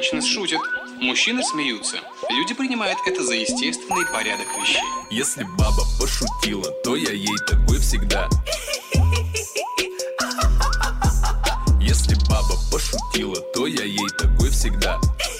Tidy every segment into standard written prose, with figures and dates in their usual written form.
Женщины шутят, мужчины смеются. Люди принимают это за естественный порядок вещей. Если баба пошутила, то я ей такой всегда. Если баба пошутила, то я ей такой всегда.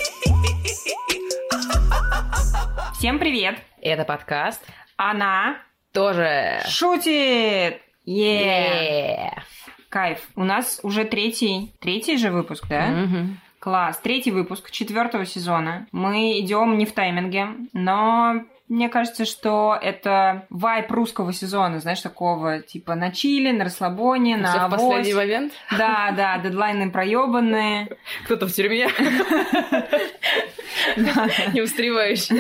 Всем привет! Это подкаст. Она Тоже шутит! Yeah. Кайф. У нас уже третий же выпуск, да? Мгм. Класс. Третий выпуск 4-го сезона. Мы идем не в тайминге, но мне кажется, что это вайб русского сезона, знаешь, такого типа на чиле, на расслабоне, на Всё в авось. последний момент. Да, дедлайны проебанные. Кто-то в тюрьме. Не устревающий.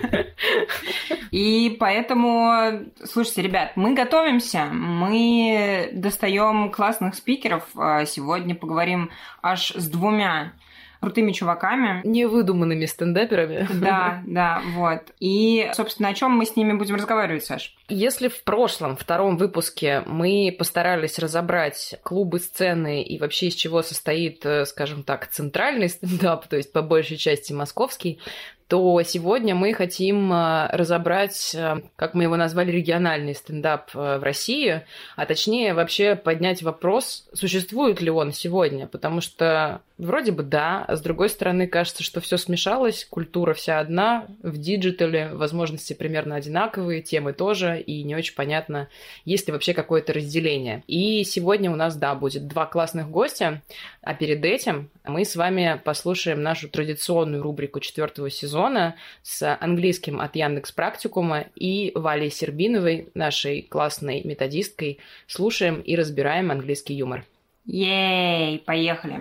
И поэтому, слушайте, ребят, мы готовимся, мы достаем классных спикеров. Сегодня поговорим аж с 2 крутыми чуваками. Невыдуманными стендаперами. Да, вот. И, собственно, о чем мы с ними будем разговаривать, Саш? Если в прошлом, втором выпуске мы постарались разобрать клубы, сцены и вообще из чего состоит, скажем так, центральный стендап, то есть по большей части московский, то сегодня мы хотим разобрать, как мы его назвали, региональный стендап в России, а точнее вообще поднять вопрос, существует ли он сегодня, потому что вроде бы да, а с другой стороны кажется, что все смешалось, культура вся одна, в диджитале возможности примерно одинаковые, темы тоже, и не очень понятно, есть ли вообще какое-то разделение. И сегодня у нас, да, будет 2 классных гостя, а перед этим мы с вами послушаем нашу традиционную рубрику 4-го сезона с английским от Яндекс.Практикума и Валей Сербиновой, нашей классной методисткой. Слушаем и разбираем английский юмор. Ей, поехали.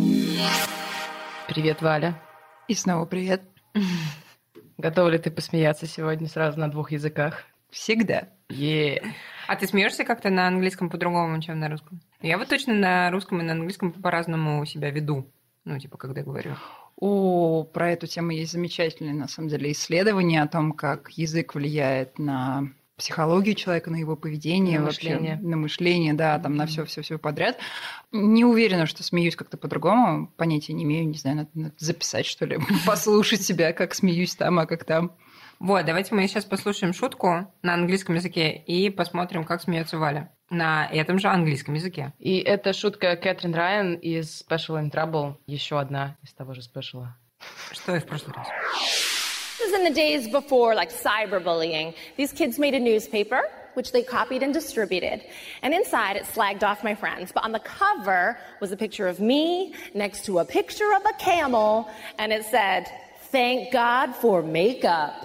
Привет, Валя. И снова привет. Готова ли ты посмеяться сегодня сразу на 2 языках? Всегда. А ты смеешься как-то на английском по-другому, чем на русском? Я вот точно на русском и на английском по-разному себя веду. Ну, типа, когда говорю. Про эту тему есть замечательные, на самом деле, исследования о том, как язык влияет на психологию человека, на его поведение, На вообще, мышление. на мышление, да, там на все подряд. Не уверена, что смеюсь как-то по-другому, понятия не имею, не знаю, надо записать, что ли, послушать себя, как смеюсь там, а как там. Вот, давайте мы сейчас послушаем шутку на английском языке и посмотрим, как смеется Валя на этом же английском языке. И это шутка Кэтрин Райан из Special in Trouble, еще одна из того же спешала. Что и в прошлый раз. This is in the days before like cyberbullying. These kids made a newspaper, which they copied and distributed. And inside it slagged off my friends. But on the cover was a picture of me next to a picture of a camel. And it said, "Thank God for makeup."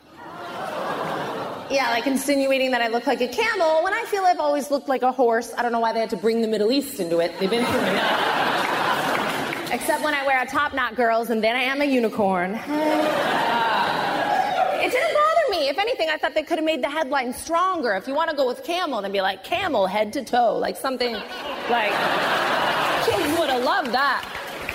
Yeah, like insinuating that I look like a camel when I feel I've always looked like a horse. I don't know why they had to bring the Middle East into it. They've been through enough. Except when I wear a top knot, girls, and then I am a unicorn. It didn't bother me. If anything, I thought they could have made the headline stronger. If you want to go with camel, then be like camel head to toe. Like something like kids would have loved that.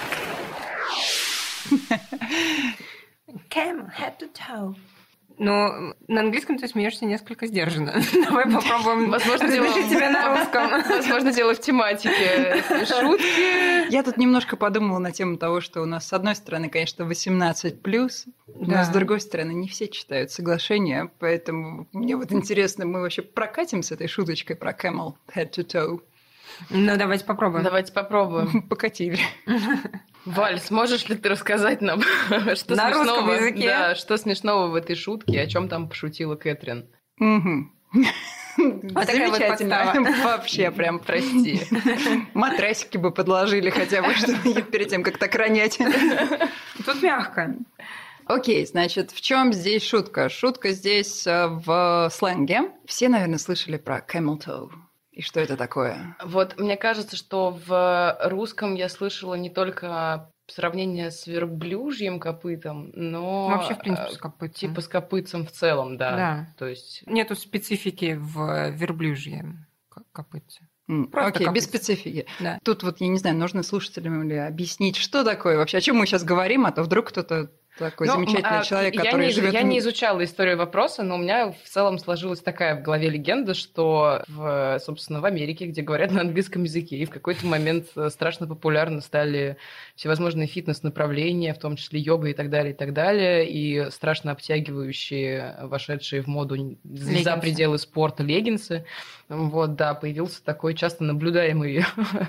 Camel head to toe. Но на английском ты смеешься несколько сдержанно. Давай попробуем запиши тебя на русском. Возможно, дело в тематике шутки. Я тут немножко подумала на тему того, что у нас, с одной стороны, конечно, 18+, но с другой стороны, не все читают соглашения, поэтому мне вот интересно, мы вообще прокатим с этой шуточкой про camel head to toe? Ну, давайте попробуем. Давайте попробуем. Покатили. Валь, сможешь ли ты рассказать нам, что На русском смешного? языке? Да, что смешного в этой шутке, о чем там пошутила Кэтрин? Мгм. Вот такая вот Замечательно. подстава. Вообще, прям прости. Матрасики бы подложили хотя бы, чтобы перед тем, как так ронять. Тут мягко. Окей, значит, в чем здесь шутка? Шутка здесь в сленге. Все, наверное, слышали про camel toe. И что это такое? Вот мне кажется, что в русском я слышала не только сравнение с верблюжьим копытом, но... Вообще, в принципе, с копытцем. Типа с копытцем в целом, да. Да. То есть... Нету специфики в верблюжьем копытце. Просто Окей, без копытце. специфики. Да. Тут вот, я не знаю, нужно слушателям ли объяснить, что такое вообще, о чем мы сейчас говорим, а то вдруг кто-то такой замечательный человек, который живет... Я не изучала историю вопроса, но у меня в целом сложилась такая в голове легенда, что, собственно, в Америке, где говорят на английском языке, и в какой-то момент страшно популярны стали всевозможные фитнес-направления, в том числе йога и так далее, и страшно обтягивающие, вошедшие в моду за пределы спорта леггинсы. Вот, да, появился такой часто наблюдаемый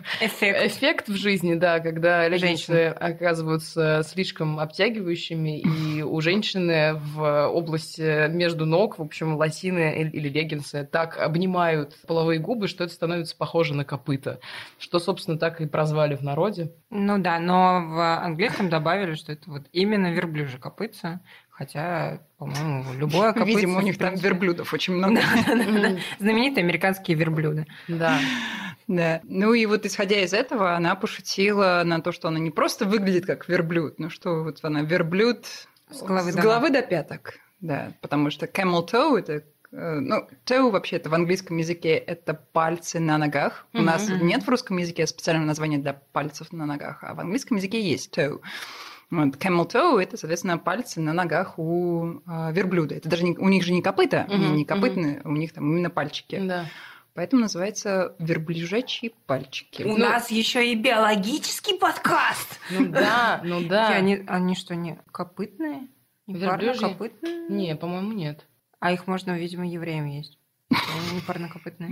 эффект в жизни, да, когда леггинсы оказываются слишком обтягивающими, и у женщины в области между ног, в общем, лосины или леггинсы так обнимают половые губы, что это становится похоже на копыта, что, собственно, так и прозвали в народе. Ну да, но в английском добавили, что это вот именно верблюжье копытце, хотя, по-моему, любое копытце... Видимо, у них там верблюдов очень много. Знаменитые американские верблюды. Да. Да. Ну и вот исходя из этого, она пошутила на то, что она не просто выглядит как верблюд, но что вот она верблюд с головы до пяток. Да, потому что camel toe – это... Ну, toe вообще это в английском языке это пальцы на ногах. У нас нет в русском языке специального названия для пальцев на ногах, а в английском языке есть toe. Вот, camel toe – это, соответственно, пальцы на ногах у верблюда. Это даже у них же не копыта, они не копытные, у них там именно пальчики. Да. Поэтому называется верблюжачьи пальчики. У нас еще и биологический подкаст. Ну да. Они что, не копытные? Не парнокопытные? Не, по-моему, нет. А их можно, видимо, евреям есть. Они не парнокопытные.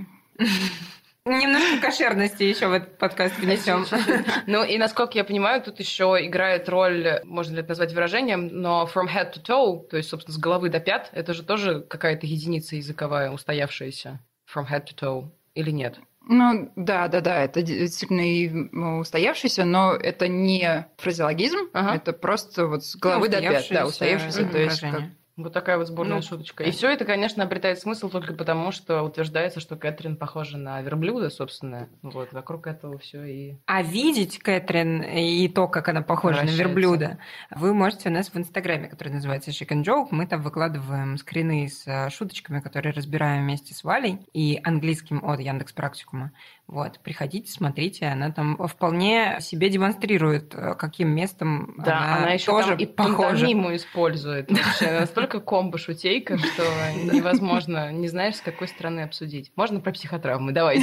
Немножко кошерности еще в этот подкаст внесем. Ну и, насколько я понимаю, тут еще играет роль, можно ли это назвать выражением, но from head to toe, то есть, собственно, с головы до пят, это же тоже какая-то единица языковая устоявшаяся. From head to toe или нет? Ну, да, это действительно и устоявшийся, но это не фразеологизм, это просто вот с головы до пят, да, устоявшийся, то есть как... Вот такая вот сборная шуточка. И все это, конечно, обретает смысл только потому, что утверждается, что Кэтрин похожа на верблюда, собственно. Вот, вокруг этого все и... А видеть Кэтрин и то, как она похожа на верблюда, вы можете у нас в Инстаграме, который называется Chicken Joke. Мы там выкладываем скрины с шуточками, которые разбираем вместе с Валей, и английским от Яндекс.Практикума. Вот, приходите, смотрите, она там вполне себе демонстрирует, каким местом она еще тоже там и похожа. пантомиму использует. Вообще, настолько комбо-шутейка, что невозможно, не знаешь, с какой стороны обсудить. Можно про психотравмы, давайте.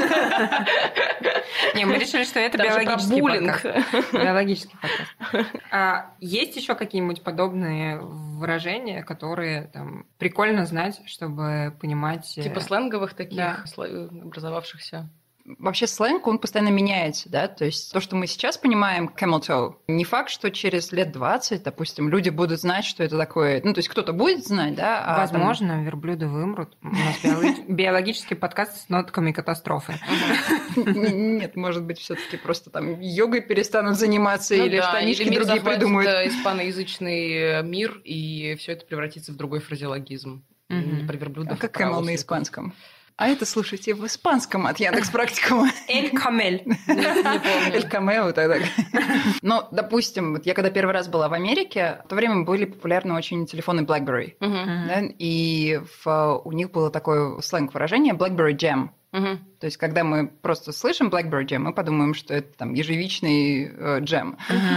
Не, мы решили, что это биологический подкаст. Биологический подкаст. А есть еще какие-нибудь подобные выражения, которые там прикольно знать, чтобы понимать... Типа сленговых таких образовавшихся? Вообще сленг, он постоянно меняется, да, то есть то, что мы сейчас понимаем camel toe, не факт, что через лет 20, допустим, люди будут знать, что это такое, ну, то есть кто-то будет знать, да. А возможно, там... верблюды вымрут. У нас биологический подкаст с нотками катастрофы. Нет, может быть, все-таки просто там йогой перестанут заниматься или штанишки другие придумают. Испаноязычный мир, и все это превратится в другой фразеологизм. Про верблюдов. А как camel на испанском? А это слушайте в испанском от Яндекс.Практикума. Эль Камель. Не помню. Эль Камео тогда. Но, допустим, вот я когда первый раз была в Америке, в то время были популярны очень телефоны BlackBerry. Да, и у них было такое сленг-выражение BlackBerry Jam. То есть, когда мы просто слышим BlackBerry Jam, мы подумаем, что это там ежевичный джем.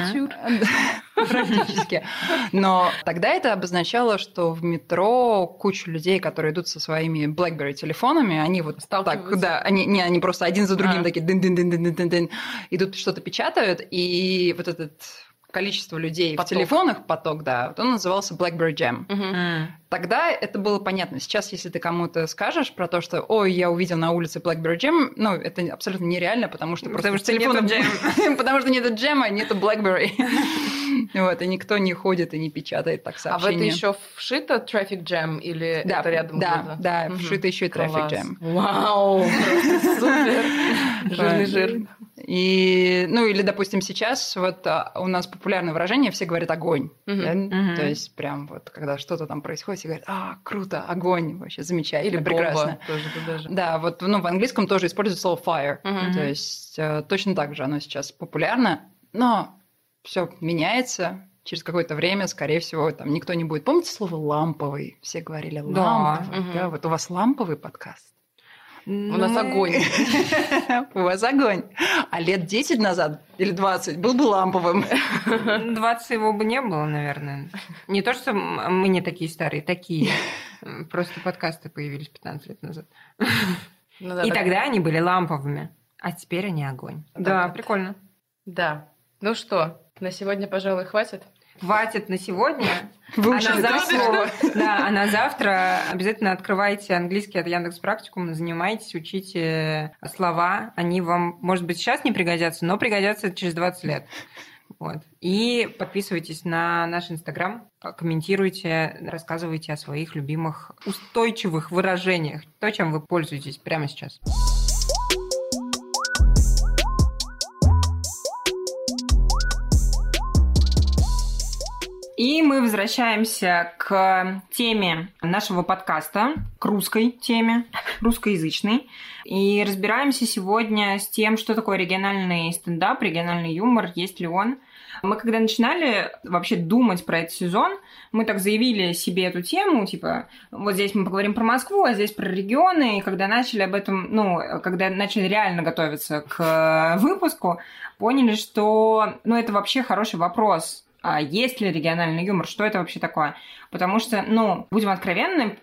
Практически. Но тогда это обозначало, что в метро куча людей, которые идут со своими BlackBerry телефонами, они вот так, да, они просто один за другим такие дын-дын-дын-дын-дын-дын, идут что-то печатают, и вот этот количество людей в телефонах, поток, да, вот он назывался BlackBerry Jam. Тогда это было понятно. Сейчас, если ты кому-то скажешь про то, что «Ой, я увидел на улице BlackBerry Jam», ну, это абсолютно нереально, потому что просто телефон... Потому что нету джема, нету BlackBerry. Вот, и никто не ходит и не печатает так сообщения. А в это еще вшито Traffic Jam или это рядом где-то? Да, вшито еще и Traffic Jam. Вау, просто супер! Жирный жир. И, ну, или, допустим, сейчас вот у нас популярное выражение, все говорят «огонь». То есть прям вот, когда что-то там происходит, все говорят круто, огонь, вообще замечательно, или прекрасно. Тоже. Да, вот в английском тоже используют слово fire. То есть точно так же оно сейчас популярно, но все меняется. Через какое-то время, скорее всего, там никто не будет. Помните слово «ламповый»? Все говорили «ламповый». Да, вот у вас ламповый подкаст. У нас огонь. У вас огонь. А лет 10 назад или 20 был бы ламповым. 20 его бы не было, наверное. Не то, что мы не такие старые, такие. Просто подкасты появились 15 лет назад. И тогда они были ламповыми, а теперь они огонь. Да, прикольно. Да. Ну что, на сегодня, пожалуй, хватит? Хватит на сегодня. Выучили 3 слова. Да, а на завтра обязательно открывайте английский от Яндекс.Практикум, занимайтесь, учите слова. Они вам, может быть, сейчас не пригодятся, но пригодятся через 20 лет. Вот. И подписывайтесь на наш Инстаграм, комментируйте, рассказывайте о своих любимых устойчивых выражениях, то, чем вы пользуетесь прямо сейчас. И мы возвращаемся к теме нашего подкаста, к русской теме, русскоязычной. И разбираемся сегодня с тем, что такое региональный стендап, региональный юмор, есть ли он. Мы когда начинали вообще думать про этот сезон, мы так заявили себе эту тему, типа, вот здесь мы поговорим про Москву, а здесь про регионы. И когда начали об этом, когда начали реально готовиться к выпуску, поняли, что, это вообще хороший вопрос. А есть ли региональный юмор? Что это вообще такое? Потому что, будем откровенны,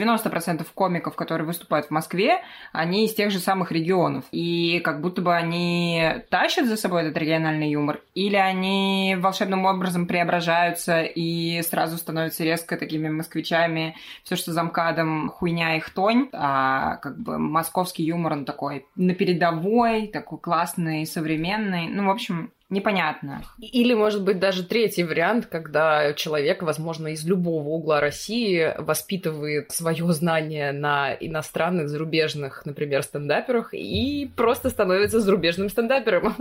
90% комиков, которые выступают в Москве, они из тех же самых регионов. И как будто бы они тащат за собой этот региональный юмор, или они волшебным образом преображаются и сразу становятся резко такими москвичами. Все, что за МКАДом, хуйня и хтонь. А как бы московский юмор, он такой на передовой, такой классный, современный. В общем, непонятно. Или, может быть, даже третий вариант, когда человек, возможно, из любого угла России воспитывает свое знание на иностранных, зарубежных, например, стендаперах и просто становится зарубежным стендапером.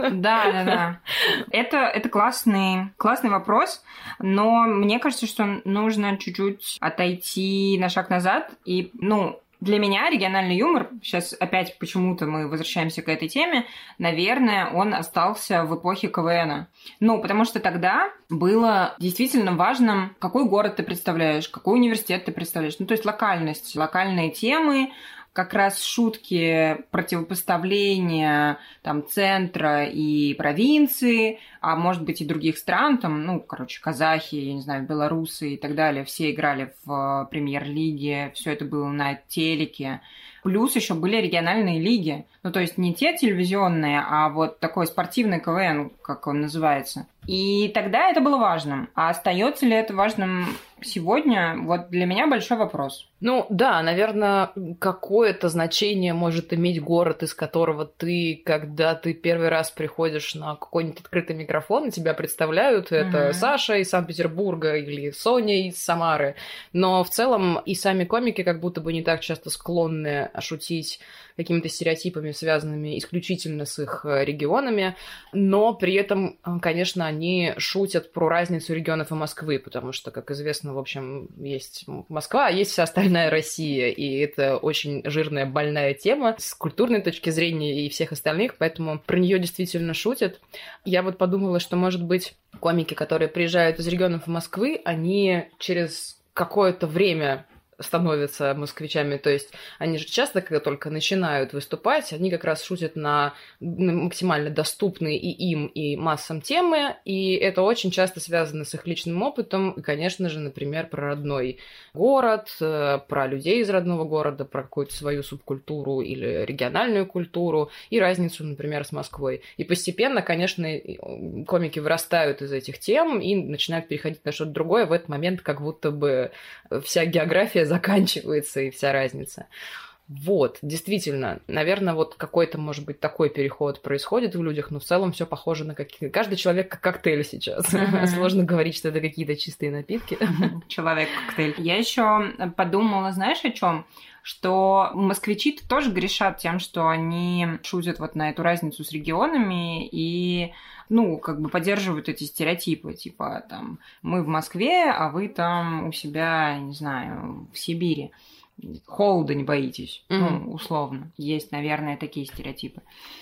Да. Это классный вопрос, но мне кажется, что нужно чуть-чуть отойти на шаг назад и, для меня региональный юмор, сейчас опять почему-то мы возвращаемся к этой теме, наверное, он остался в эпохе КВНа. Потому что тогда было действительно важным, какой город ты представляешь, какой университет ты представляешь. То есть локальность, локальные темы, как раз шутки противопоставления центра и провинции, а может быть и других стран, казахи, я не знаю, белорусы и так далее, все играли в премьер-лиге, все это было на телеке. Плюс еще были региональные лиги, то есть не те телевизионные, а вот такой спортивный КВН, как он называется. И тогда это было важным. А остается ли это важным сегодня? Вот для меня большой вопрос. Да, наверное, какое-то значение может иметь город, из которого ты, когда ты первый раз приходишь на какой-нибудь открытый микрофон, и тебя представляют, это Саша из Санкт-Петербурга или Соня из Самары. Но в целом и сами комики как будто бы не так часто склонны шутить какими-то стереотипами, связанными исключительно с их регионами, но при этом, конечно, они шутят про разницу регионов и Москвы, потому что, как известно, в общем, есть Москва, а есть вся остальная Россия, и это очень жирная, больная тема с культурной точки зрения и всех остальных, поэтому про нее действительно шутят. Я вот подумала, что, может быть, комики, которые приезжают из регионов Москвы, они через какое-то время становятся москвичами, то есть они же часто, когда только начинают выступать, они как раз шутят на максимально доступные и им, и массам темы, и это очень часто связано с их личным опытом, и, конечно же, например, про родной город, про людей из родного города, про какую-то свою субкультуру или региональную культуру, и разницу, например, с Москвой. И постепенно, конечно, комики вырастают из этих тем и начинают переходить на что-то другое. В этот момент как будто бы вся география заканчивается и вся разница. Вот, действительно, наверное, вот какой-то, может быть, такой переход происходит в людях, но в целом все похоже на какие-то... Каждый человек как коктейль сейчас. Сложно говорить, что это какие-то чистые напитки. Человек-коктейль. Я еще подумала, знаешь, о чем? Что москвичи тоже грешат тем, что они шутят вот на эту разницу с регионами и поддерживают эти стереотипы, типа, мы в Москве, а вы там у себя, не знаю, в Сибири. Холода не боитесь, условно. Есть, наверное, такие стереотипы.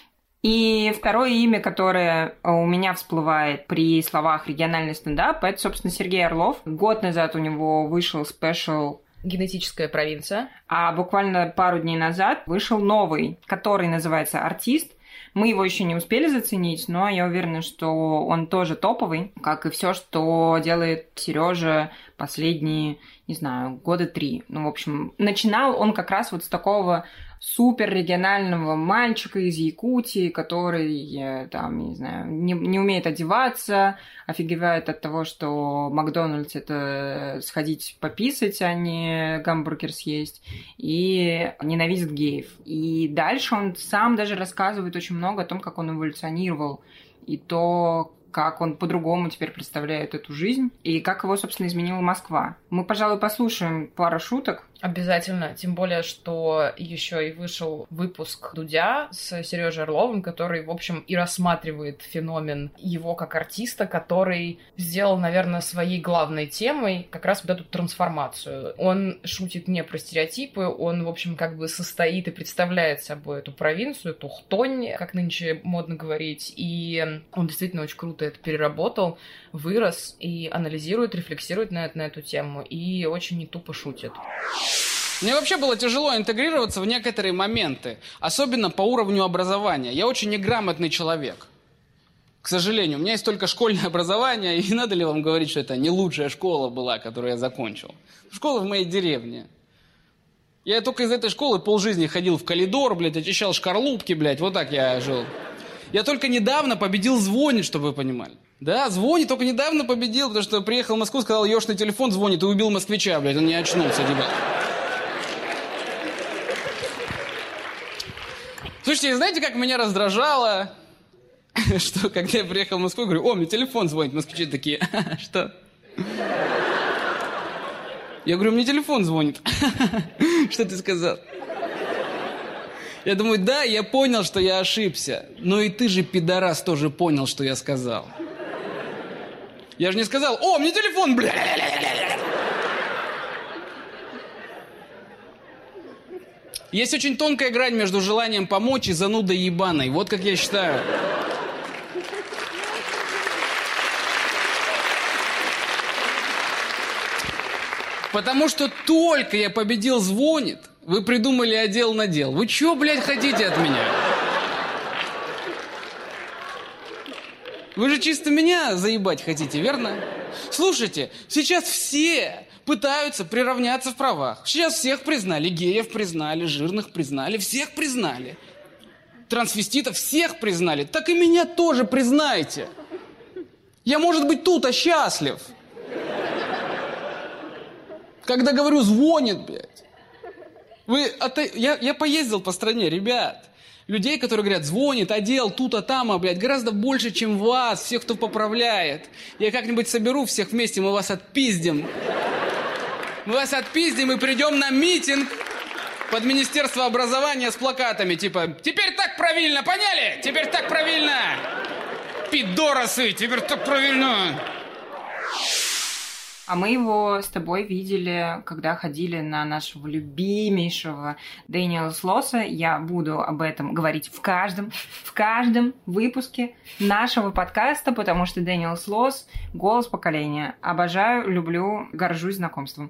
И второе имя, которое у меня всплывает при словах «региональный стендап», это, собственно, Сергей Орлов. Год назад у него вышел спешл Генетическая провинция. А буквально пару дней назад вышел новый, который называется «Артист». Мы его еще не успели заценить, но я уверена, что он тоже топовый, как и все, что делает Сережа последние, не знаю, 3 года. Ну, в общем, начинал он как раз вот с такого супер регионального мальчика из Якутии, который, там, не знаю, не умеет одеваться, офигевает от того, что Макдональдс — это сходить пописать, а не гамбургер съесть, и ненавидит геев. И дальше он сам даже рассказывает очень много о том, как он эволюционировал, и то, как он по-другому теперь представляет эту жизнь, и как его, собственно, изменила Москва. Мы, пожалуй, послушаем пару шуток. Обязательно, тем более, что еще и вышел выпуск Дудя с Сережей Орловым, который, в общем, и рассматривает феномен его как артиста, который сделал, наверное, своей главной темой как раз вот эту трансформацию. Он шутит не про стереотипы, он, в общем, как бы состоит и представляет собой эту провинцию, эту хтонь, как нынче модно говорить, и он действительно очень круто это переработал, вырос и анализирует, рефлексирует на эту тему, и очень не тупо шутит. Мне вообще было тяжело интегрироваться в некоторые моменты, особенно по уровню образования. Я очень неграмотный человек. К сожалению, у меня есть только школьное образование, и надо ли вам говорить, что это не лучшая школа была, которую я закончил. Школа в моей деревне. Я только из этой школы полжизни ходил в коридор, блядь, очищал шкарлупки, блядь, вот так я жил. Я только недавно победил «Звонит», чтобы вы понимали. Да, «Звонит», только недавно победил, потому что приехал в Москву, сказал, ёшный телефон звонит, и убил москвича, блядь, он не очнулся, ребят. Слушайте, знаете, как меня раздражало, что когда я приехал в Москву, я говорю, мне телефон звонит, москвичи такие, что? Я говорю, мне телефон звонит. Что ты сказал? Я думаю, да, я понял, что я ошибся. Но и ты же, пидорас, тоже понял, что я сказал. Я же не сказал, мне телефон, бля. Есть очень тонкая грань между желанием помочь и занудой ебаной. Вот как я считаю. Потому что только я победил «Звонит», вы придумали «Одел надел». Вы чё, блядь, хотите от меня? Вы же чисто меня заебать хотите, верно? Слушайте, сейчас все пытаются приравняться в правах. Сейчас всех признали, геев признали, жирных признали, всех признали. Трансвеститов всех признали. Так и меня тоже признайте. Я, может быть, тут счастлив. Когда говорю «звонит», блядь. Я поездил по стране, ребят. Людей, которые говорят «звонит», «одел», тут-то, там, блядь, гораздо больше, чем вас, всех, кто поправляет. Я как-нибудь соберу всех вместе, мы вас отпиздим. Мы вас отпиздим и придем на митинг под Министерство образования с плакатами, типа «Теперь так правильно, поняли? Теперь так правильно! Пидорасы, теперь так правильно!» А мы его с тобой видели, когда ходили на нашего любимейшего Дэниела Слоса. Я буду об этом говорить в каждом выпуске нашего подкаста, потому что Дэниел Слос — голос поколения. Обожаю, люблю, горжусь знакомством.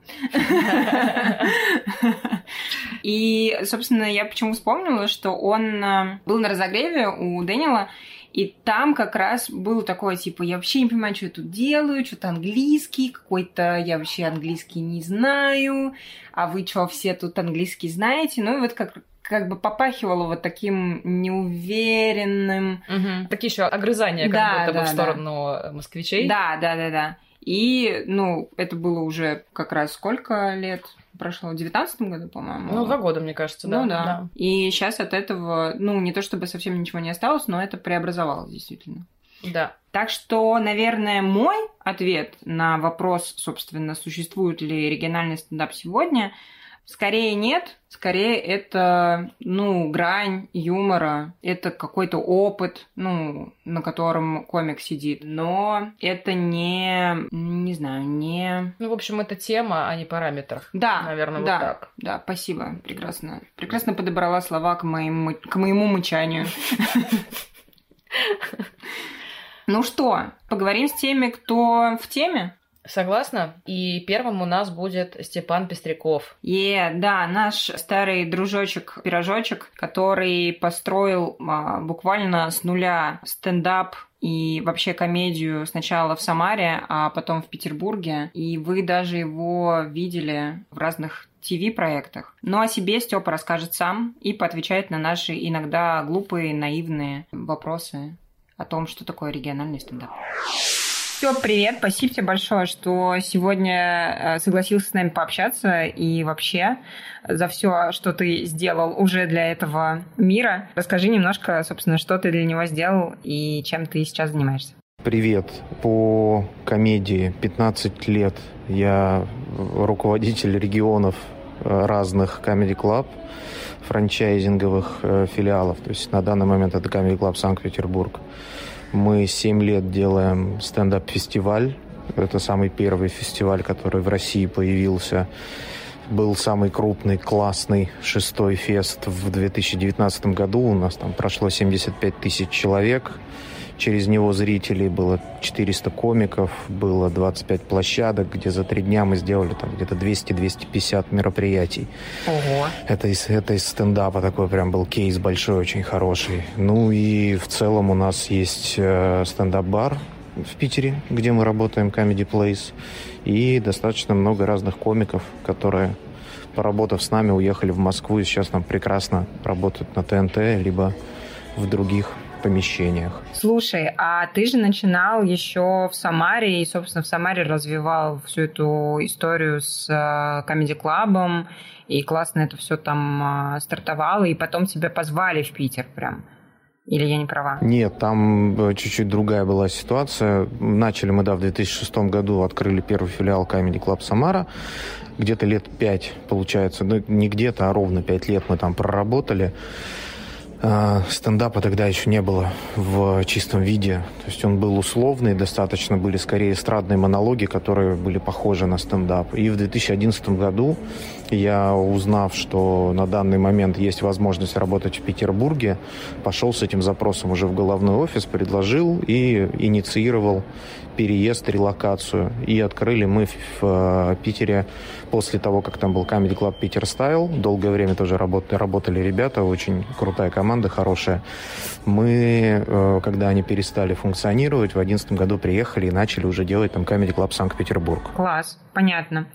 И, собственно, я почему вспомнила, что он был на разогреве у Дэниела, и там как раз было такое, типа, я вообще не понимаю, что я тут делаю, что-то английский какой-то, я вообще английский не знаю, а вы что, все тут английский знаете? Ну, и вот как бы попахивало вот таким неуверенным... Угу. Такие еще огрызания как будто бы в сторону москвичей. Да. И, это было уже как раз сколько лет прошло? В 19-м году, по-моему. 2 года, мне кажется, да. Да. И сейчас от этого, не то чтобы совсем ничего не осталось, но это преобразовалось действительно. Да. Так что, наверное, мой ответ на вопрос, собственно, существует ли региональный стендап сегодня, скорее нет, скорее это, грань юмора, это какой-то опыт, на котором комик сидит, но это не знаю, не... в общем, это тема, а не параметр. Да, наверное, вот так. Да, спасибо, прекрасно. Прекрасно подобрала слова к моему мычанию. Ну что, поговорим с теми, кто в теме? Согласна. И первым у нас будет Степан Пестряков. Да, наш старый дружочек-пирожочек, который построил буквально с нуля стендап и вообще комедию сначала в Самаре, а потом в Петербурге. И вы даже его видели в разных ТВ-проектах. Но о себе Степа расскажет сам и поотвечает на наши иногда глупые, наивные вопросы о том, что такое региональный стендап. Стёп, привет! Спасибо тебе большое, что сегодня согласился с нами пообщаться и вообще за все, что ты сделал уже для этого мира. Расскажи немножко, собственно, что ты для него сделал и чем ты сейчас занимаешься. Привет. По комедии 15 лет я руководитель регионов разных Comedy Club, франчайзинговых филиалов. То есть на данный момент это Comedy Club Санкт-Петербург. Мы 7 лет делаем стендап-фестиваль. Это самый первый фестиваль, который в России появился. Был самый крупный, классный 6-й фест в 2019 году. У нас там прошло 75 тысяч человек. Через него зрителей было 400 комиков, было 25 площадок, где за 3 дня мы сделали там где-то 200-250 мероприятий. Ого. Это из стендапа такой прям был кейс большой, очень хороший. Ну и в целом у нас есть стендап-бар в Питере, где мы работаем, Comedy Place, и достаточно много разных комиков, которые, поработав с нами, уехали в Москву и сейчас там прекрасно работают на ТНТ, либо в других помещениях. Слушай, а ты же начинал еще в Самаре и, собственно, в Самаре развивал всю эту историю с Comedy Club'ом, и классно это все там стартовало, и потом тебя позвали в Питер прям. Или я не права? Нет, там чуть-чуть другая была ситуация. Начали мы, в 2006 году открыли первый филиал Comedy Club Самара. Где-то лет 5, получается. Ну, не где-то, а ровно 5 лет мы там проработали. Стендапа тогда еще не было в чистом виде. То есть он был условный, достаточно были скорее эстрадные монологи, которые были похожи на стендап. И в 2011 году я, узнав, что на данный момент есть возможность работать в Петербурге, пошел с этим запросом уже в головной офис, предложил и инициировал переезд, релокацию. И открыли мы в Питере после того, как там был Comedy Club Питер Style. Долгое время тоже работали ребята, очень крутая команда, хорошая. Мы, когда они перестали функционировать, в 2011 году приехали и начали уже делать там Comedy Club Санкт-Петербург. Класс, понятно.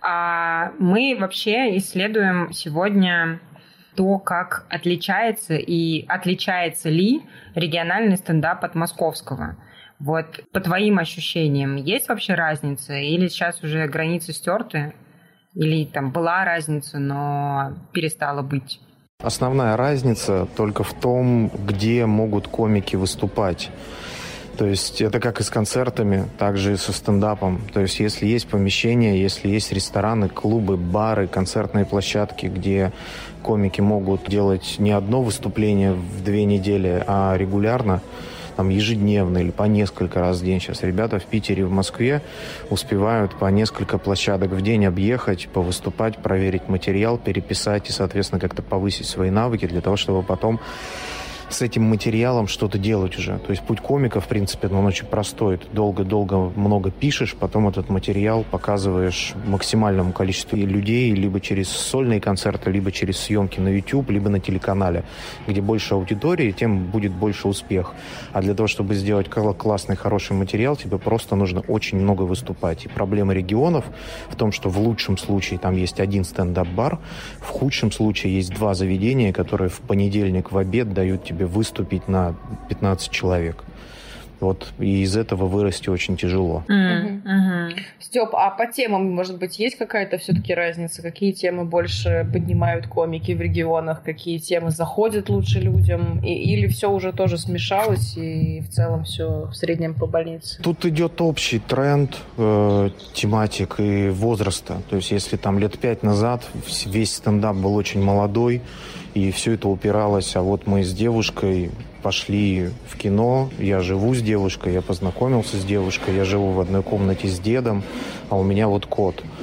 Мы вообще исследуем сегодня то, как отличается и отличается ли региональный стендап от московского. Вот по твоим ощущениям, есть вообще разница? Или сейчас уже границы стерты? Или там была разница, но перестала быть? Основная разница только в том, где могут комики выступать. То есть это как и с концертами, так же и со стендапом. То есть если есть помещения, если есть рестораны, клубы, бары, концертные площадки, где комики могут делать не одно выступление в 2 недели, а регулярно, там ежедневно или по несколько раз в день. Сейчас ребята в Питере и в Москве успевают по несколько площадок в день объехать, повыступать, проверить материал, переписать и, соответственно, как-то повысить свои навыки для того, чтобы потом с этим материалом что-то делать уже. То есть путь комика, в принципе, он очень простой. Ты долго-долго много пишешь, потом этот материал показываешь максимальному количеству людей, либо через сольные концерты, либо через съемки на YouTube, либо на телеканале. Где больше аудитории, тем будет больше успех. А для того, чтобы сделать классный, хороший материал, тебе просто нужно очень много выступать. И проблема регионов в том, что в лучшем случае там есть 1 стендап-бар, в худшем случае есть 2 заведения, которые в понедельник в обед дают тебе выступить на 15 человек. Вот, и из этого вырасти очень тяжело. Стёп, а по темам, может быть, есть какая-то все-таки разница? Какие темы больше поднимают комики в регионах? Какие темы заходят лучше людям? Или все уже тоже смешалось и в целом все в среднем по больнице? Тут идет общий тренд тематик и возраста. То есть если там лет 5 назад весь стендап был очень молодой, и все это упиралось, а вот мы с девушкой пошли в кино, я живу с девушкой, я познакомился с девушкой, я живу в одной комнате с дедом, а у меня вот кот.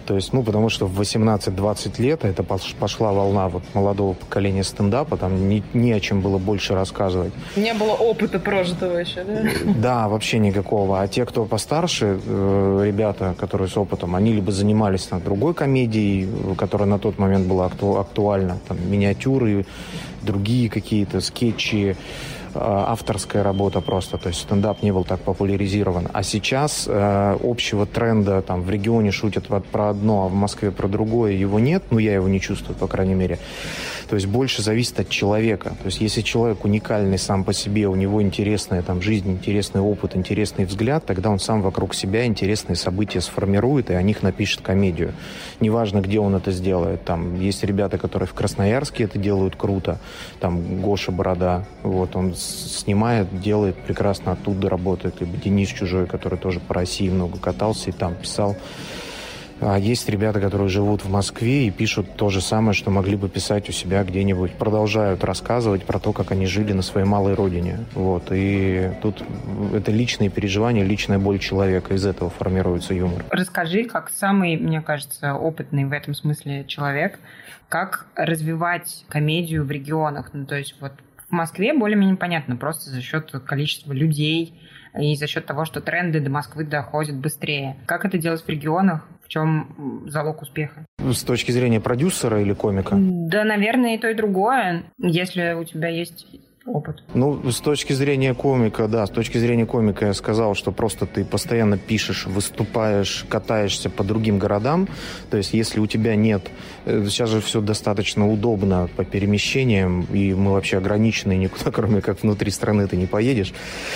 То есть, потому что в 18-20 лет это пошла волна вот молодого поколения стендапа, там не о чем было больше рассказывать. Не было опыта прожитого еще, да? Да, вообще никакого. А те, кто постарше, ребята, которые с опытом, они либо занимались другой комедией, которая на тот момент была актуальна, там, миниатюры, другие какие-то скетчи, авторская работа просто, то есть стендап не был так популяризирован. А сейчас общего тренда там в регионе шутят про одно, а в Москве про другое, его нет, я его не чувствую, по крайней мере. То есть больше зависит от человека. То есть если человек уникальный сам по себе, у него интересная там жизнь, интересный опыт, интересный взгляд, тогда он сам вокруг себя интересные события сформирует и о них напишет комедию. Неважно, где он это сделает. Там есть ребята, которые в Красноярске это делают круто. Там Гоша Борода, он снимает, делает прекрасно, оттуда работает. Либо Денис Чужой, который тоже по России много катался и там писал. А есть ребята, которые живут в Москве и пишут то же самое, что могли бы писать у себя где-нибудь. Продолжают рассказывать про то, как они жили на своей малой родине. И тут это личные переживания, личная боль человека. Из этого формируется юмор. Расскажи, как самый, мне кажется, опытный в этом смысле человек, как развивать комедию в регионах. То есть в Москве более-менее понятно, просто за счет количества людей и за счет того, что тренды до Москвы доходят быстрее. Как это делать в регионах? В чем залог успеха? С точки зрения продюсера или комика? Да, наверное, и то, и другое, если у тебя есть опыт. С точки зрения комика, да, с точки зрения комика я сказал, что просто ты постоянно пишешь, выступаешь, катаешься по другим городам. То есть если у тебя нет... Сейчас же все достаточно удобно по перемещениям, и мы вообще ограничены никуда, кроме как внутри страны ты не поедешь.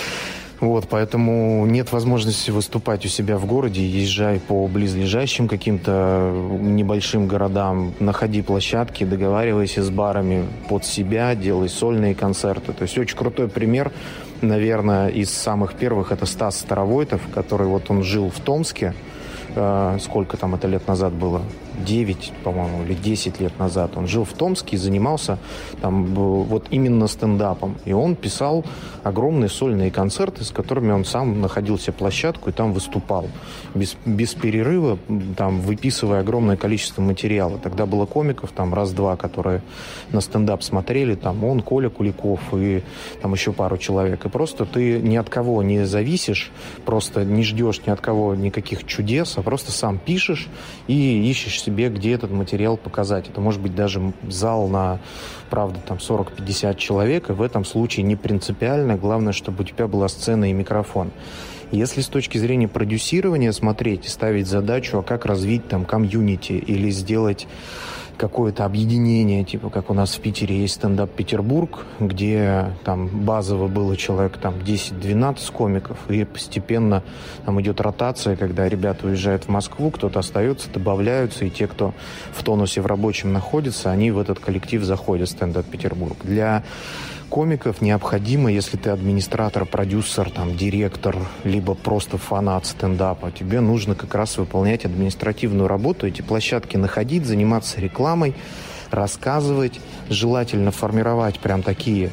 Поэтому нет возможности выступать у себя в городе, езжай по близлежащим каким-то небольшим городам, находи площадки, договаривайся с барами под себя, делай сольные концерты. То есть очень крутой пример, наверное, из самых первых, это Стас Старовойтов, который он жил в Томске. Сколько там это лет назад было? 9, по-моему, или 10 лет назад. Он жил в Томске и занимался там именно стендапом. И он писал огромные сольные концерты, с которыми он сам находил себе площадку и там выступал. Без перерыва, там, выписывая огромное количество материала. Тогда было комиков, там, раз-два, которые на стендап смотрели. Там он, Коля Куликов и там еще пару человек. И просто ты ни от кого не зависишь, просто не ждешь ни от кого никаких чудес, а просто сам пишешь и ищешь себе, где этот материал показать. Это может быть даже зал на, правда, там 40-50 человек, и в этом случае не принципиально. Главное, чтобы у тебя была сцена и микрофон. Если с точки зрения продюсирования смотреть и ставить задачу, а как развить там комьюнити или сделать какое-то объединение, типа как у нас в Питере есть стендап Петербург, где там базово было человек там 10-12 комиков, и постепенно там идет ротация, когда ребята уезжают в Москву, кто-то остается, добавляются, и те, кто в тонусе в рабочем находится, они в этот коллектив заходят, стендап Петербург. Для комиков необходимо, если ты администратор, продюсер, там, директор, либо просто фанат стендапа, тебе нужно как раз выполнять административную работу, эти площадки находить, заниматься рекламой, рассказывать, желательно формировать прям такие,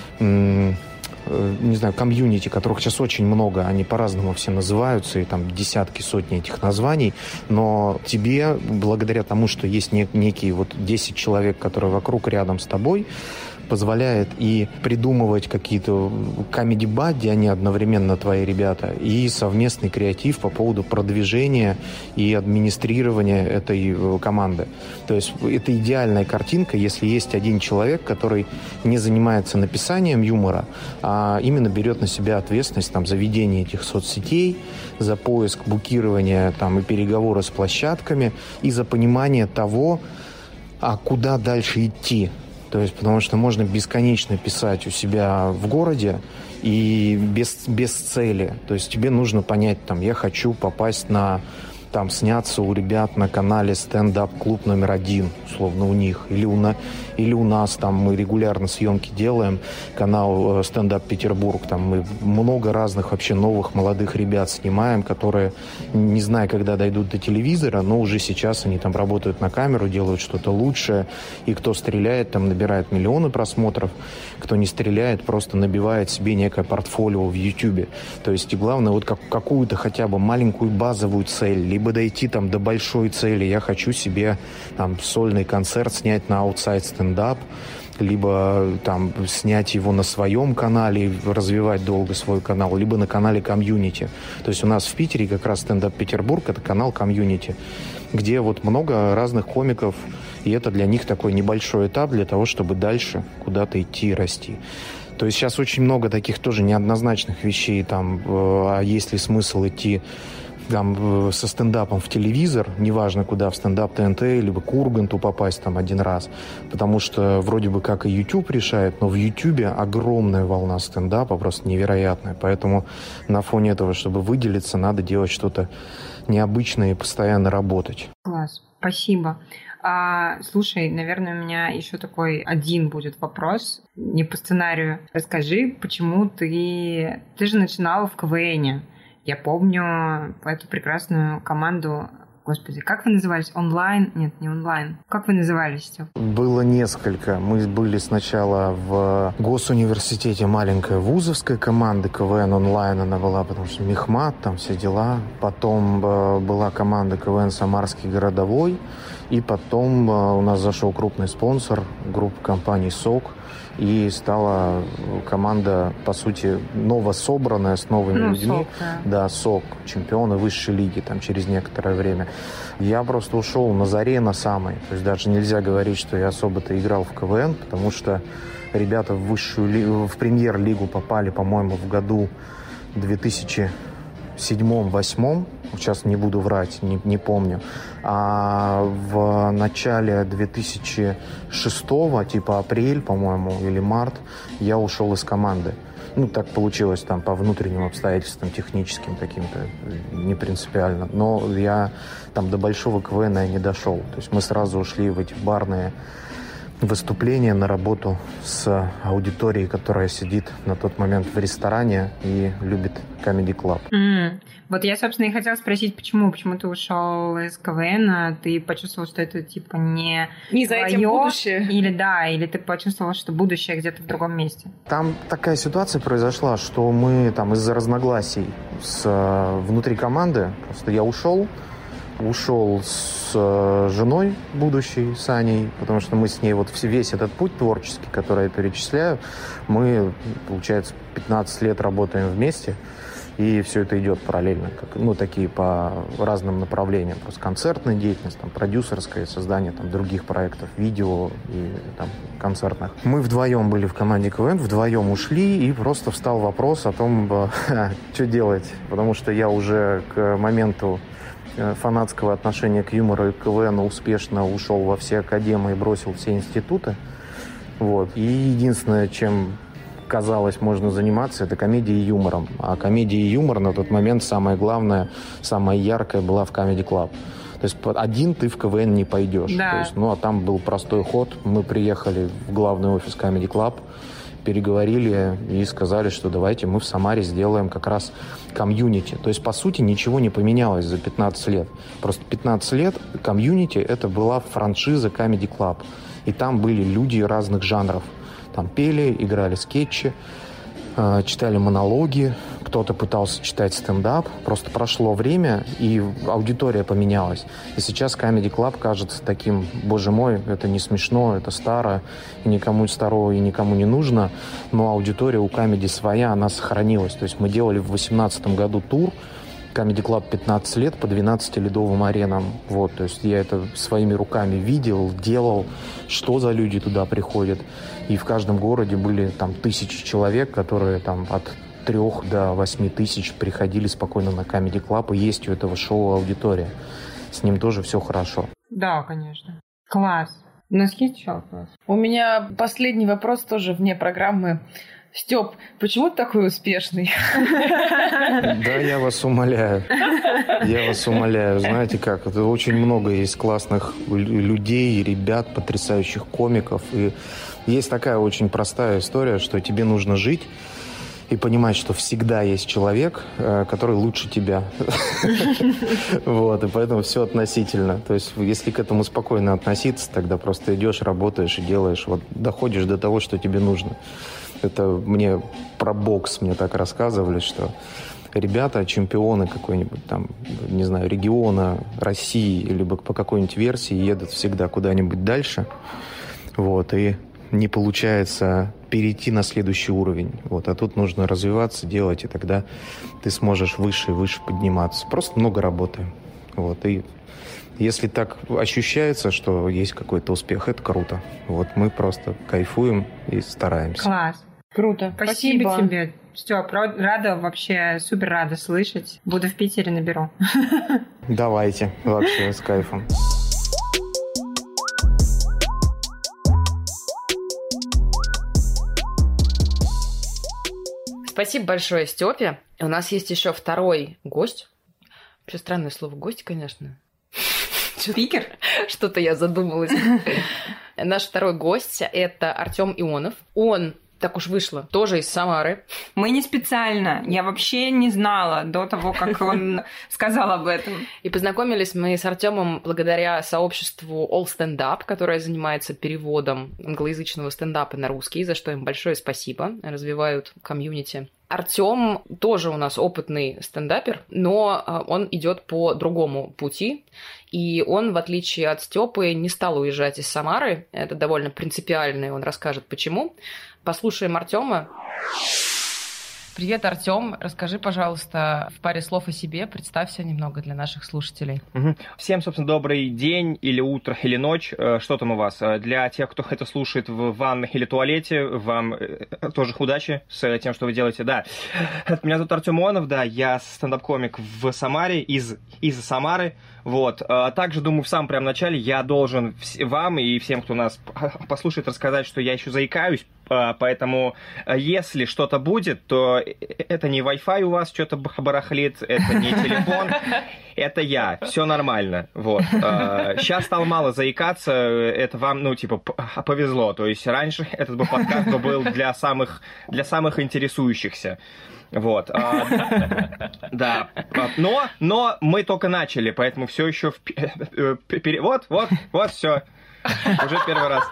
не знаю, комьюнити, которых сейчас очень много, они по-разному все называются, и там десятки, сотни этих названий, но тебе, благодаря тому, что есть некие 10 человек, которые вокруг, рядом с тобой, позволяет и придумывать какие-то комеди-бадди, они одновременно твои ребята, и совместный креатив по поводу продвижения и администрирования этой команды. То есть это идеальная картинка, если есть один человек, который не занимается написанием юмора, а именно берет на себя ответственность там, за ведение этих соцсетей, за поиск, букирование там, и переговоры с площадками, и за понимание того, а куда дальше идти. То есть, потому что можно бесконечно писать у себя в городе и без цели. То есть тебе нужно понять, там, я хочу попасть на, там, сняться у ребят на канале стендап-клуб номер 1, условно, у них. Или у нас, там, мы регулярно съемки делаем, канал стендап Петербург, там, мы много разных вообще новых молодых ребят снимаем, которые, не знаю, когда дойдут до телевизора, но уже сейчас они там работают на камеру, делают что-то лучшее, и кто стреляет, там, набирает миллионы просмотров, кто не стреляет, просто набивает себе некое портфолио в Ютубе. То есть, и главное, вот какую-то хотя бы маленькую базовую цель, либо либо дойти там до большой цели. Я хочу себе там сольный концерт снять на Outside Stand-Up, либо там снять его на своем канале, развивать долго свой канал, либо на канале комьюнити. То есть у нас в Питере как раз стендап Петербург, это канал комьюнити, где вот много разных комиков, и это для них такой небольшой этап для того, чтобы дальше куда-то идти и расти. То есть сейчас очень много таких тоже неоднозначных вещей, там, а есть ли смысл идти там со стендапом в телевизор, неважно куда, в стендап ТНТ, либо к Урганту попасть там один раз, потому что вроде бы как и YouTube решает, но в YouTube огромная волна стендапа, просто невероятная, поэтому на фоне этого, чтобы выделиться, надо делать что-то необычное и постоянно работать. Класс, спасибо. Слушай, наверное, у меня еще такой один будет вопрос, не по сценарию. Расскажи, почему ты же начинала в КВНе. Я помню эту прекрасную команду. Господи, как вы назывались? Онлайн? Нет, не онлайн. Как вы назывались? Было несколько. Мы были сначала в Госуниверситете, маленькая вузовская команда КВН онлайн она была, потому что Мехмат, там все дела. Потом была команда КВН Самарский городовой. И потом у нас зашел крупный спонсор, группа компаний СОК. И стала команда, по сути, новособранная, с новыми людьми. СОК, да, СОК, чемпионы высшей лиги там, через некоторое время. Я просто ушел на заре на самой. То есть даже нельзя говорить, что я особо-то играл в КВН, потому что ребята в премьер-лигу попали, по-моему, в году 2007-2008. Сейчас не буду врать, не помню. А в начале 2006-го, типа апрель, по-моему, или март, я ушел из команды. Ну, так получилось там по внутренним обстоятельствам, техническим каким-то, не принципиально. Но я там до большого КВН не дошел. То есть мы сразу ушли в эти барные выступления на работу с аудиторией, которая сидит на тот момент в ресторане и любит Comedy Club. Вот я, собственно, и хотела спросить, почему ты ушел из КВН, ты почувствовал, что это типа не за этим будущее? Или ты почувствовал, что будущее где-то в другом месте? Там такая ситуация произошла, что мы там из-за разногласий внутри команды, просто я ушел с женой будущей, с Аней, потому что мы с ней вот весь этот путь творческий, который я перечисляю, мы, получается, 15 лет работаем вместе, и все это идет параллельно, такие по разным направлениям, просто концертная деятельность, там, продюсерское создание там, других проектов, видео и там, концертных. Мы вдвоем были в команде КВН, вдвоем ушли, и просто встал вопрос о том, что делать, потому что я уже к моменту фанатского отношения к юмору и к КВН успешно ушел во все академии и бросил все институты. Вот. И единственное, чем казалось можно заниматься, это комедией и юмором. А комедия и юмор на тот момент самое главное, самое яркое была в Comedy Club. То есть один ты в КВН не пойдешь. Да. То есть, а там был простой ход. Мы приехали в главный офис Comedy Club, переговорили и сказали, что давайте мы в Самаре сделаем как раз комьюнити. То есть, по сути, ничего не поменялось за 15 лет. Просто 15 лет комьюнити — это была франшиза Comedy Club. И там были люди разных жанров. Там пели, играли скетчи, читали монологи, кто-то пытался читать стендап. Просто прошло время, и аудитория поменялась. И сейчас Comedy Club кажется таким, боже мой, это не смешно, это старо, и никому старого и никому не нужно. Но аудитория у Comedy своя, она сохранилась. То есть мы делали в 2018 году тур Comedy Club 15 лет по 12-ледовым аренам. Вот, то есть я это своими руками видел, делал, что за люди туда приходят. И в каждом городе были там 1000 человек, которые там от 3 до 8 тысяч приходили спокойно на Comedy Club, и есть у этого шоу аудитория. С ним тоже все хорошо. Да, конечно. Класс. У нас есть еще вопрос? У меня последний вопрос тоже вне программы. Стёп, почему ты такой успешный? Да, я вас умоляю. Знаете как, это очень много есть классных людей, ребят, потрясающих комиков. И есть такая очень простая история, что тебе нужно жить и понимать, что всегда есть человек, который лучше тебя. Вот, и поэтому все относительно. То есть, если к этому спокойно относиться, тогда просто идешь, работаешь и делаешь, вот доходишь до того, что тебе нужно. Это мне про бокс мне так рассказывали, что ребята, чемпионы какой-нибудь там, не знаю, региона России, либо по какой-нибудь версии едут всегда куда-нибудь дальше, вот, и не получается перейти на следующий уровень. Вот, а тут нужно развиваться, делать, и тогда ты сможешь выше и выше подниматься. Просто много работы. Вот, и если так ощущается, что есть какой-то успех, это круто. Вот мы просто кайфуем и стараемся. Класс. Круто. Спасибо тебе. Стёп, рада вообще, супер рада слышать. Буду в Питере, наберу. Давайте, вообще с кайфом. Спасибо большое, Стёпе. У нас есть еще второй гость. Вообще странное слово гость, конечно. Спикер? Что-то я задумалась. Наш второй гость – это Артём Ионов. Он, так уж вышло, тоже из Самары. Мы не специально. Я вообще не знала до того, как он сказал об этом. И познакомились мы с Артёмом благодаря сообществу All Stand Up, которое занимается переводом англоязычного стендапа на русский, за что им большое спасибо. Развивают комьюнити. Артём тоже у нас опытный стендапер, но он идет по другому пути. И он, в отличие от Стёпы, не стал уезжать из Самары. Это довольно принципиально, и он расскажет, почему. Послушаем Артёма. Привет, Артём. Расскажи, пожалуйста, в паре слов о себе. Представься немного для наших слушателей. Всем, собственно, добрый день или утро, или ночь. Что там у вас? Для тех, кто это слушает в ванной или туалете, вам тоже удачи с тем, что вы делаете. Да, меня зовут Артём Ионов, да, я стендап-комик в Самаре, из Самары. Вот. Также, думаю, в самом прям начале я должен вам и всем, кто нас послушает, рассказать, что я еще заикаюсь. Поэтому, если что-то будет, то это не Wi-Fi у вас что-то барахлит, это не телефон, это я. Все нормально. Вот. Сейчас стало мало заикаться, это вам, ну, типа, повезло. То есть раньше этот бы подкаст был для самых интересующихся. Вот. Да. Но мы только начали, поэтому все еще вот, все. Уже первый раз.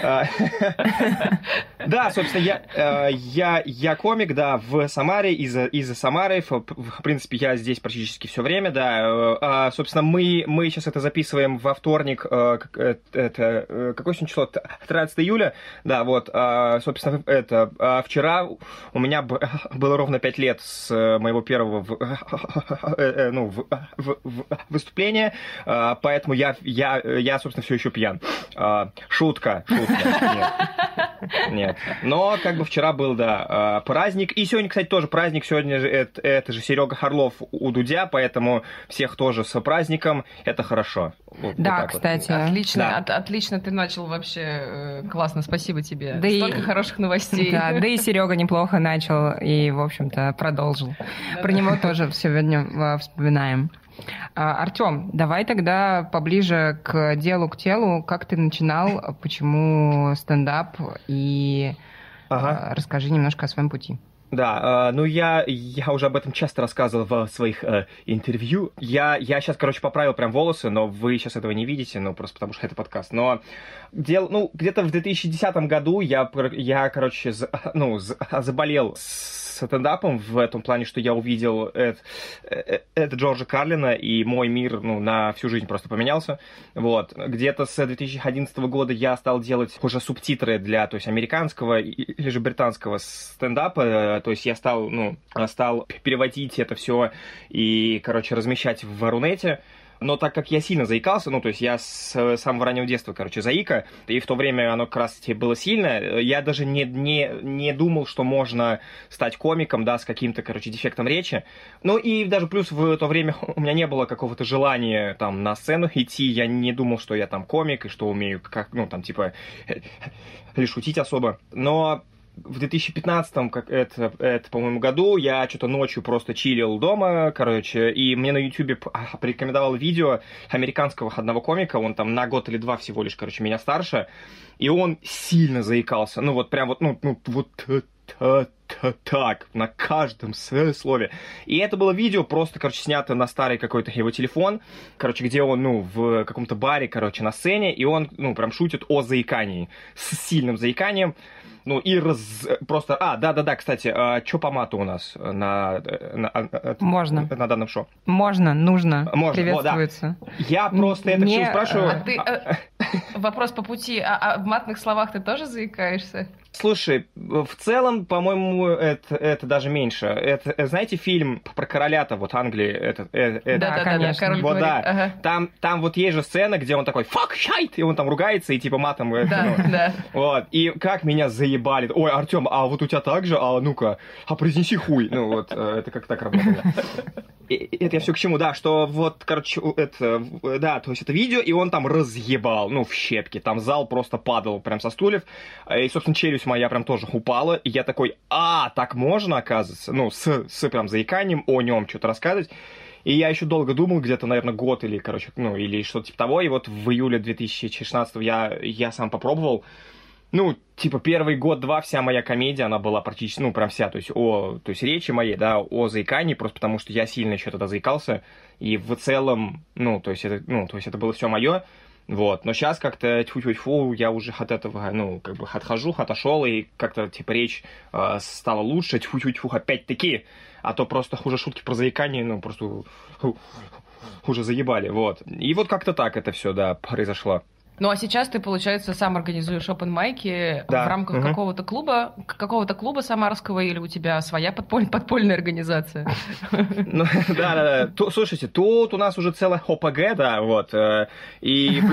Да, собственно, я комик, да, в Самаре, из Самары. В принципе, я здесь практически все время, да. Собственно, мы сейчас это записываем во вторник, это какое сегодня число? 13 июля. Да, вот, собственно, это вчера у меня было ровно 5 лет с моего первого выступления, поэтому я, собственно, все еще пьян. Шутка. Нет. Но как бы вчера был, да, праздник. И сегодня, кстати, тоже праздник. Сегодня же это же Серега Харлов у Дудя, поэтому всех тоже с праздником. Это хорошо. Да, вот кстати. Вот. Отлично, да. Отлично ты начал вообще. Классно, спасибо тебе. Да, столько хороших новостей. Да, и Серега неплохо начал и, в общем-то, продолжил. Про него тоже сегодня вспоминаем. Артём, давай тогда поближе к телу. Как ты начинал, почему стендап, и расскажи немножко о своем пути. Да, ну я уже об этом часто рассказывал в своих интервью. Я сейчас, короче, поправил прям волосы, но вы сейчас этого не видите, ну, просто потому что это подкаст. Но где-то в 2010 году я короче, заболел стендапом в этом плане, что я увидел это Джорджа Карлина, и мой мир, на всю жизнь просто поменялся. Вот. Где-то с 2011 года я стал делать уже субтитры для, то есть, американского или же британского стендапа. То есть я стал переводить это все и, короче, размещать в Рунете. Но так как я сильно заикался, то есть я с самого раннего детства, короче, заика, и в то время оно как раз было сильно, я даже не думал, что можно стать комиком, да, с каким-то, короче, дефектом речи. Ну и даже плюс в то время у меня не было какого-то желания там на сцену идти, я не думал, что я там комик, и что умею, или шутить особо. Но в 2015, по-моему, году я что-то ночью просто чилил дома, короче, и мне на YouTube порекомендовал видео американского одного комика, он там на год или два всего лишь, короче, меня старше, и он сильно заикался, так, на каждом слове. И это было видео просто, короче, снято на старый какой-то его телефон, короче, где он, в каком-то баре, короче, на сцене, и он, прям шутит о заикании, с сильным заиканием. ну, и просто... Да, кстати, что по мату у нас Можно. на данном шоу? Можно, нужно. Можно, приветствуется. Да. Я просто это все спрашиваю. Вопрос по пути. А в матных словах ты тоже заикаешься? Слушай, в целом, по-моему, это даже меньше. Это, знаете, фильм про короля-то, вот Англии? Да, конечно. Король вот, говорит. да. Ага. Там вот есть же сцена, где он такой «fuck, shite!» и он там ругается и типа матом. Да. Вот. И как меня заебали. Ой, Артем, а вот у тебя так же? А ну-ка, произнеси хуй. Ну вот, это как так работает. Это я все к чему, да, что вот, короче, да, то есть это видео, и он там разъебал, ну, в щепки. Там зал просто падал прям со стульев. И, собственно, челюсть моя прям тоже упала. И я такой, так можно, оказывается, ну, с прям заиканием о нем что-то рассказывать. И я еще долго думал, где-то, наверное, год или, короче, ну, или что-то типа того. И вот в июле 2016 я сам попробовал. Ну, типа, первый год-два вся моя комедия, она была практически, ну, прям вся, то есть речи моей, да, о заикании, просто потому что я сильно еще тогда заикался, и в целом, то есть это было все мое, вот, но сейчас как-то, тьфу-тьфу-тьфу, я уже от этого, как бы отошел, и как-то, типа, речь стала лучше, тьфу-тьфу-тьфу, опять-таки, а то просто уже шутки про заикание, просто уже заебали, вот, и вот как-то так это все, да, произошло. Ну, а сейчас ты, получается, сам организуешь опен-майки в рамках какого-то клуба самарского, или у тебя своя подпольная организация? Да. Слушайте, тут у нас уже целая ОПГ, да, вот. И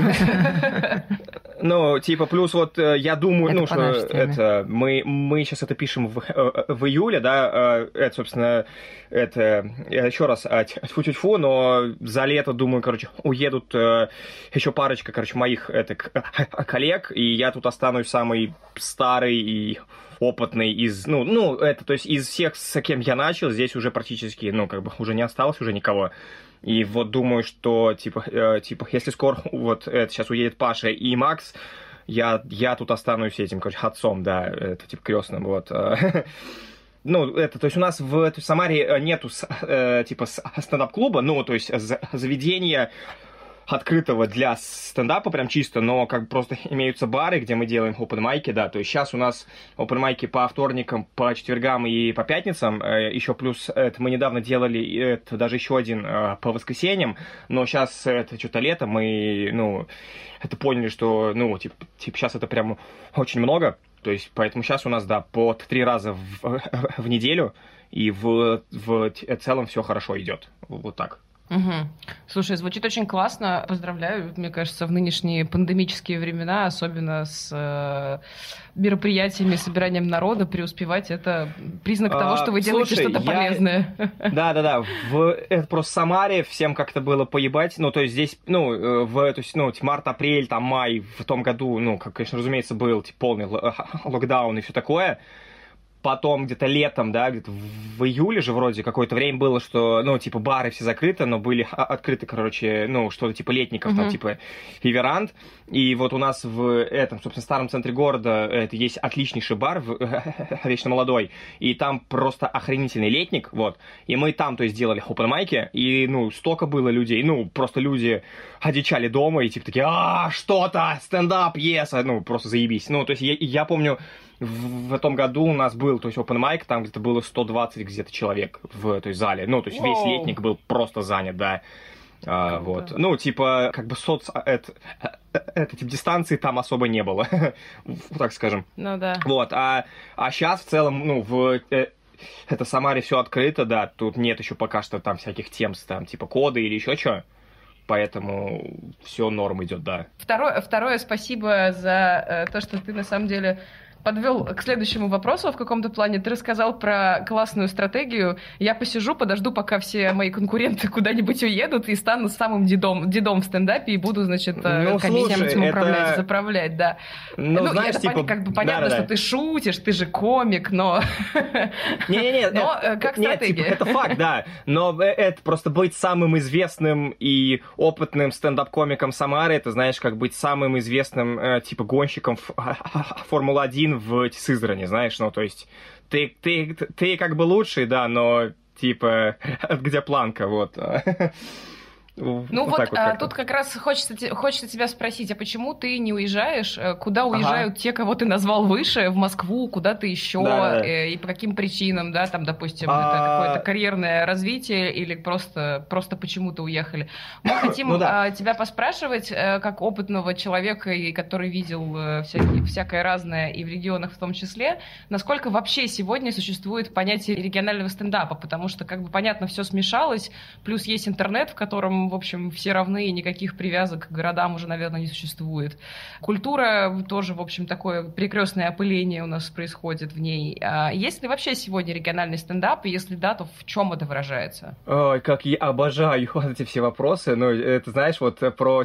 плюс вот я думаю, что это мы сейчас это пишем в июле, да, это, собственно, это еще раз тьфу-тьфу-тьфу, но за лето, думаю, короче, уедут еще парочка, короче, моих коллег, и я тут останусь самый старый и опытный из, то есть из всех, с кем я начал, здесь уже практически, как бы уже не осталось уже никого. И вот думаю, что, если скоро вот сейчас уедет Паша и Макс, я тут останусь этим, короче, отцом, да, это, крестным, вот. То есть у нас в Самаре нету, стендап-клуба, то есть заведения открытого для стендапа прям чисто, но как бы просто имеются бары, где мы делаем open-майки, да, то есть сейчас у нас open-майки по вторникам, по четвергам и по пятницам, еще плюс мы недавно делали даже еще один по воскресеньям, но сейчас это что-то лето, мы, это поняли, что, сейчас это прям очень много, то есть поэтому сейчас у нас, да, по 3 раза в неделю, и в целом все хорошо идет, вот так. Угу. Слушай, звучит очень классно. Поздравляю. Мне кажется, в нынешние пандемические времена, особенно с мероприятиями, собиранием народа, преуспевать — это признак того, что вы делаете что-то полезное. Да. Это просто в Самаре всем как-то было поебать. То есть здесь, март-апрель, там, май в том году, как, конечно, разумеется, был полный локдаун и все такое. Потом где-то летом, да, где-то в июле же вроде какое-то время было, что, бары все закрыты, но были открыты, короче, что-то типа летников, там, типа Виверант. И вот у нас в этом, собственно, старом центре города это есть отличнейший бар, вечно молодой, и там просто охренительный летник, вот. И мы там, то есть, делали open-майки, и, столько было людей, просто люди одичали дома, и типа такие, что-то, стендап, yes, просто заебись. То есть, я помню, в этом году у нас был, то есть, open mic, там где-то было 120 где-то человек в той зале. То есть, весь летник был просто занят, да. Вот. Как бы дистанции там особо не было, так скажем. Да. Вот. А сейчас в целом, в Самаре все открыто, да. Тут нет еще пока что там всяких тем, там, типа коды или еще что. Поэтому все норм идет, да. Второе спасибо за то, что ты на самом деле подвел к следующему вопросу в каком-то плане. Ты рассказал про классную стратегию. Я посижу, подожду, пока все мои конкуренты куда-нибудь уедут, и стану самым дедом в стендапе, и буду, значит, этим заправлять, да. Знаешь, понятно, что ты шутишь, ты же комик, но... Не-не-не. Но как стратегия. Это факт, да. Но это просто быть самым известным и опытным стендап-комиком Самары, это, знаешь, как быть самым известным, гонщиком Формулы-1 в Сызрани, знаешь, то есть ты как бы лучший, да, но, где планка, вот. Ну вот тут как раз хочется тебя спросить, а почему ты не уезжаешь? Куда уезжают те, кого ты назвал выше, в Москву, куда-то еще, и по каким причинам, да, там, допустим, это какое-то карьерное развитие или просто почему-то уехали? Мы хотим тебя поспрашивать, как опытного человека, который видел всякое разное и в регионах в том числе, насколько вообще сегодня существует понятие регионального стендапа, потому что, как бы, понятно, все смешалось, плюс есть интернет, в котором, в общем, все равны, и никаких привязок к городам уже, наверное, не существует. Культура тоже, в общем, такое перекрестное опыление у нас происходит в ней. А есть ли вообще сегодня региональный стендап, и если да, то в чем это выражается? Ой, как я обожаю эти все вопросы. Ну, это, знаешь, вот о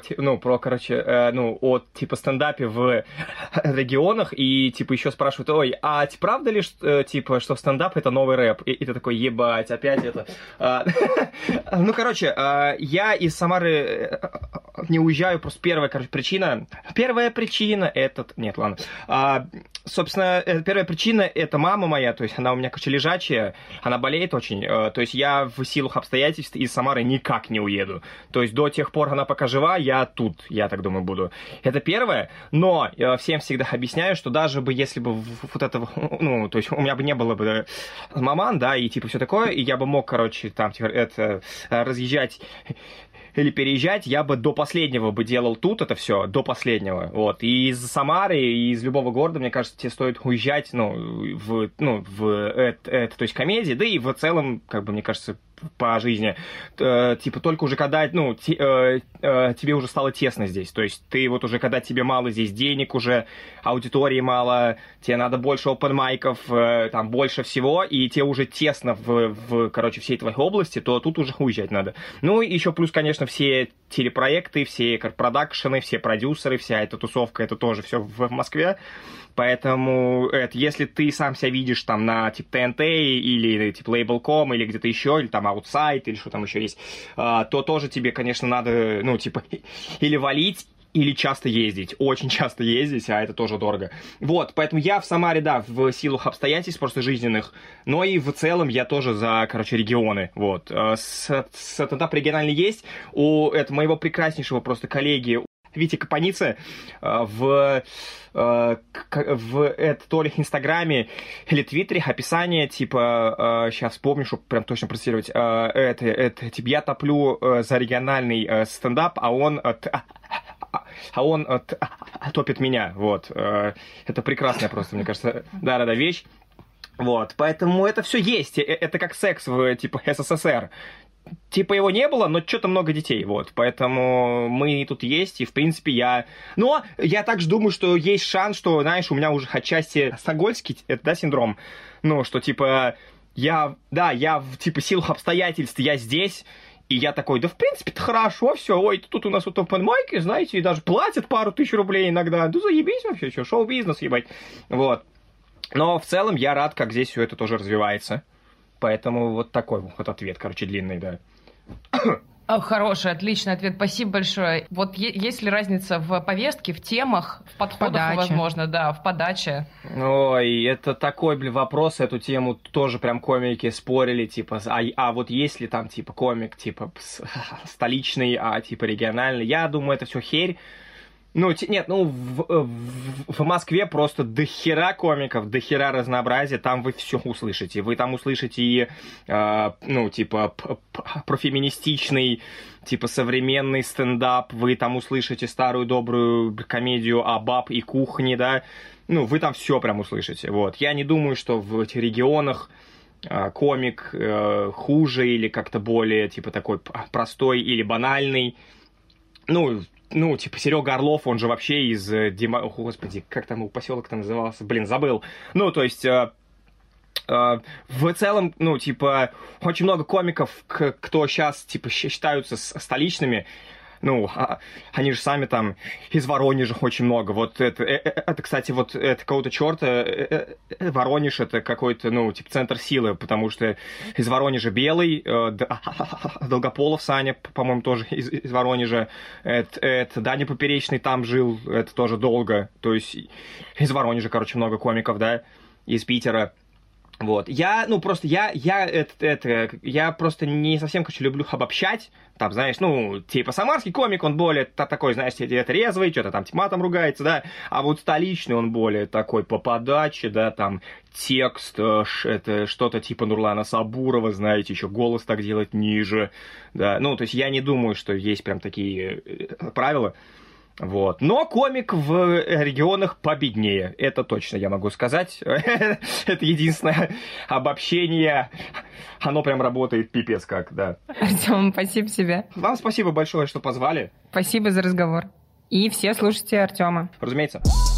стендапе в регионах, и, типа, еще спрашивают, ой, а правда ли, что стендап — это новый рэп? И ты такой, ебать, опять это... Ну, короче, я из Самары не уезжаю, просто первая причина... Первая причина это... Нет, ладно. Собственно, первая причина это мама моя, то есть она у меня, лежачая, она болеет очень, то есть я в силу обстоятельств из Самары никак не уеду. То есть до тех пор она пока жива, я тут, я так думаю, буду. Это первое, но всем всегда объясняю, что даже бы, если бы вот этого, ну, то есть у меня бы не было бы маман, да, и типа все такое, и я бы мог, там, разъезжать или переезжать, я бы до последнего бы делал тут это все, до последнего, вот. И из Самары, и из любого города, мне кажется, тебе стоит уезжать, то есть комедии, да и в целом, как бы, мне кажется, по жизни, типа, только уже когда, тебе уже стало тесно здесь, то есть ты вот уже, когда тебе мало здесь денег уже, аудитории мало, тебе надо больше опенмайков, там, больше всего, и тебе уже тесно всей твоей области, то тут уже уезжать надо. Ну, и еще плюс, конечно, все телепроекты, все продакшены, все продюсеры, вся эта тусовка, это тоже все в Москве. Поэтому если ты сам себя видишь там на типа ТНТ или типа Label.com или где-то еще, или там Outside, или что там еще есть, то тоже тебе, конечно, надо, или валить, или часто ездить, очень часто ездить, а это тоже дорого. Вот, поэтому я в Самаре, да, в силу обстоятельств просто жизненных, но и в целом я тоже за, регионы, вот. Стендап региональный есть у моего прекраснейшего просто коллеги Вити Капаницы в то ли Инстаграме или Твиттере описание, типа, сейчас вспомню, чтобы прям точно процитировать, типа, я топлю за региональный стендап, а он топит меня, вот. Это прекрасная просто, мне кажется, да, вещь. Вот, поэтому это все есть, это как секс в, типа, СССР. Типа его не было, но что-то много детей, вот, поэтому мы тут есть, и, в принципе, Но я также думаю, что есть шанс, что, знаешь, у меня уже отчасти стокгольмский, это, да, синдром, что, типа, в силу обстоятельств я здесь, и я такой, да, в принципе-то хорошо, все, ой, тут у нас вот опенмайки, знаете, и даже платят пару тысяч рублей иногда, да заебись вообще, что, шоу-бизнес, ебать, вот. Но в целом я рад, как здесь все это тоже развивается. Поэтому вот такой вот ответ, длинный, да. Хороший, отличный ответ. Спасибо большое. Вот есть ли разница в повестке, в темах, в подходах, возможно, да, в подаче? Ой, это такой, вопрос, эту тему тоже прям комики спорили, типа, а вот есть ли там, типа, комик, типа, столичный, а, типа, региональный? Я думаю, это все херь. В Москве просто дохера комиков, дохера разнообразия, там вы все услышите. Вы там услышите и, профеминистичный, типа, современный стендап, вы там услышите старую добрую комедию о баб и кухне, да, вы там все прям услышите, вот. Я не думаю, что в этих регионах комик хуже или как-то более, типа, такой простой или банальный, типа, Серега Орлов, он же вообще из Господи, как там поселок-то назывался? Блин, забыл. То есть, в целом, очень много комиков, кто сейчас, типа, считаются столичными, они же сами там из Воронежа очень много. Вот это, кстати, вот это какого-то черта Воронеж это какой-то, типа, центр силы, потому что из Воронежа Белый, Долгополов Саня, по-моему, тоже из Воронежа, это Даня Поперечный там жил, это тоже долго, то есть из Воронежа, много комиков, да, из Питера. Вот. Я просто не совсем, люблю обобщать. Там, знаешь, типа самарский комик, он более такой, знаешь, резвый, что-то там матом ругается, да. А вот столичный он более такой по подаче, да, там текст, это что-то типа Нурлана Сабурова, знаете, еще голос так делать ниже, да. То есть я не думаю, что есть прям такие правила. Вот. Но комик в регионах победнее. Это точно я могу сказать. Это единственное обобщение. Оно прям работает пипец как, да. Артём, спасибо тебе. Вам спасибо большое, что позвали. Спасибо за разговор. И все слушайте Артёма. Разумеется.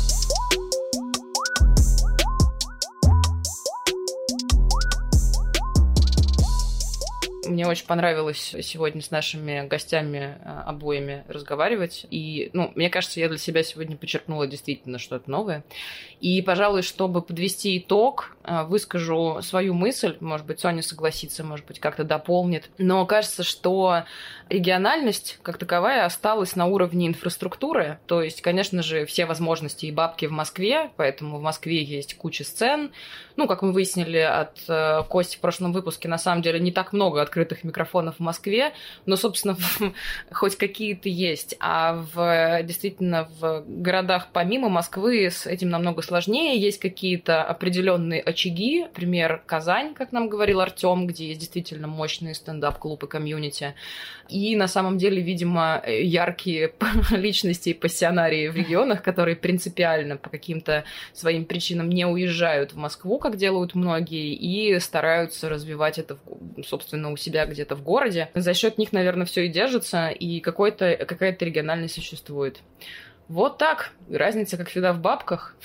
Мне очень понравилось сегодня с нашими гостями обоими разговаривать. И, мне кажется, я для себя сегодня подчеркнула действительно что-то новое. И, пожалуй, чтобы подвести итог, выскажу свою мысль. Может быть, Соня согласится, может быть, как-то дополнит. Но кажется, что региональность как таковая осталась на уровне инфраструктуры. То есть, конечно же, все возможности и бабки в Москве, поэтому в Москве есть куча сцен. Как мы выяснили от Кости в прошлом выпуске, на самом деле не так много открытых микрофонов в Москве, но, собственно, хоть какие-то есть. А действительно в городах помимо Москвы с этим намного сложнее. Есть какие-то определенные очаги. Например, Казань, как нам говорил Артём, где есть действительно мощные стендап-клуб и комьюнити. И на самом деле, видимо, яркие личности и пассионарии в регионах, которые принципиально по каким-то своим причинам не уезжают в Москву, как делают многие, и стараются развивать это, собственно, у себя где-то в городе. За счет них, наверное, все и держится, и какая-то региональность существует. Вот так. Разница, как всегда, в бабках.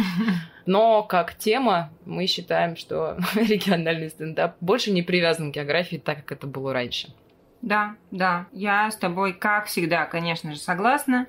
Но как тема мы считаем, что региональный стендап больше не привязан к географии, так как это было раньше. Да, я с тобой, как всегда, конечно же, согласна.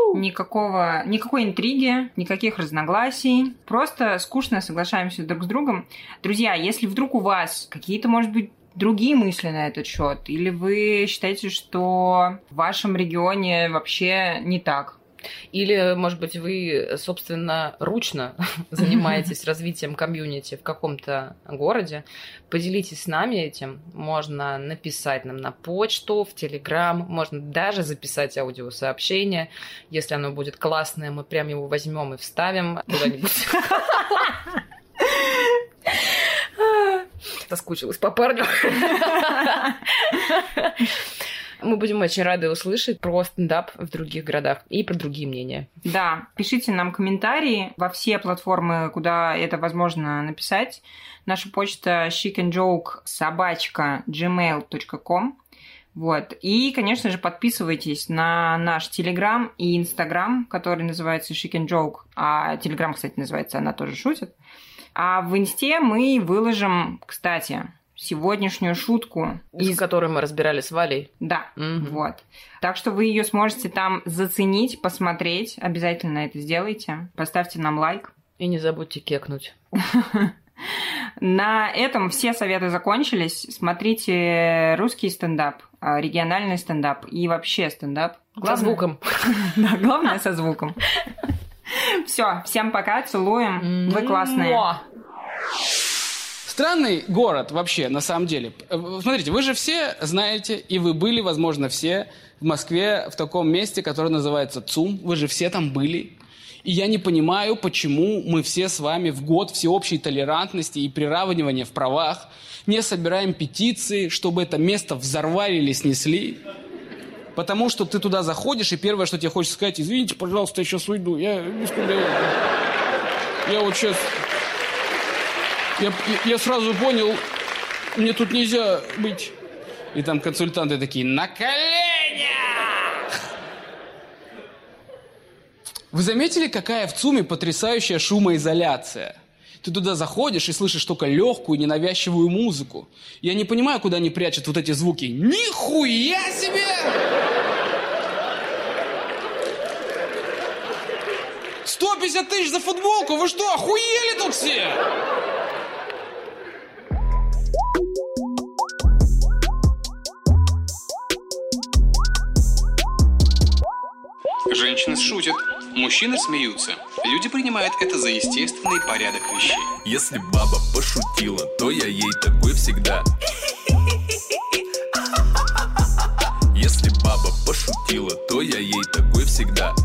Никакой интриги, никаких разногласий. Просто скучно соглашаемся друг с другом. Друзья, если вдруг у вас какие-то, может быть, другие мысли на этот счет, или вы считаете, что в вашем регионе вообще не так, или, может быть, вы, собственно, ручно занимаетесь развитием комьюнити в каком-то городе, поделитесь с нами этим. Можно написать нам на почту, в Телеграм, можно даже записать аудиосообщение. Если оно будет классное, мы прям его возьмем и вставим куда-нибудь. Соскучилась по парню. Мы будем очень рады услышать про стендап в других городах и про другие мнения. Да, пишите нам комментарии во все платформы, куда это возможно написать. Наша почта chickenjoke@gmail.com. Вот. И, конечно же, подписывайтесь на наш Телеграм и Инстаграм, который называется Chicken Joke. А Телеграм, кстати, называется «Она тоже шутит». А в Инсте мы выложим, кстати, сегодняшнюю шутку, из которой мы разбирали с Валей. Да, вот. Так что вы ее сможете там заценить, посмотреть. Обязательно это сделайте. Поставьте нам лайк. И не забудьте кекнуть. На этом все советы закончились. Смотрите русский стендап, региональный стендап и вообще стендап. Со звуком. Да, главное со звуком. Все, всем пока, целуем. Вы классные. Странный город вообще, на самом деле. Смотрите, вы же все знаете, и вы были, возможно, все в Москве в таком месте, которое называется ЦУМ. Вы же все там были. И я не понимаю, почему мы все с вами в год всеобщей толерантности и приравнивания в правах не собираем петиции, чтобы это место взорвали или снесли. Потому что ты туда заходишь, и первое, что тебе хочется сказать: извините, пожалуйста, я сейчас уйду. Я вот сейчас... Я сразу понял, мне тут нельзя быть. И там консультанты такие: на коленях! Вы заметили, какая в ЦУМе потрясающая шумоизоляция? Ты туда заходишь и слышишь только легкую, ненавязчивую музыку. Я не понимаю, куда они прячут вот эти звуки. Нихуя себе! 150 тысяч за футболку? Вы что, охуели тут все? Женщины шутят, мужчины смеются. Люди принимают это за естественный порядок вещей. Если баба пошутила, то я ей такой всегда. Если баба пошутила, то я ей такой всегда.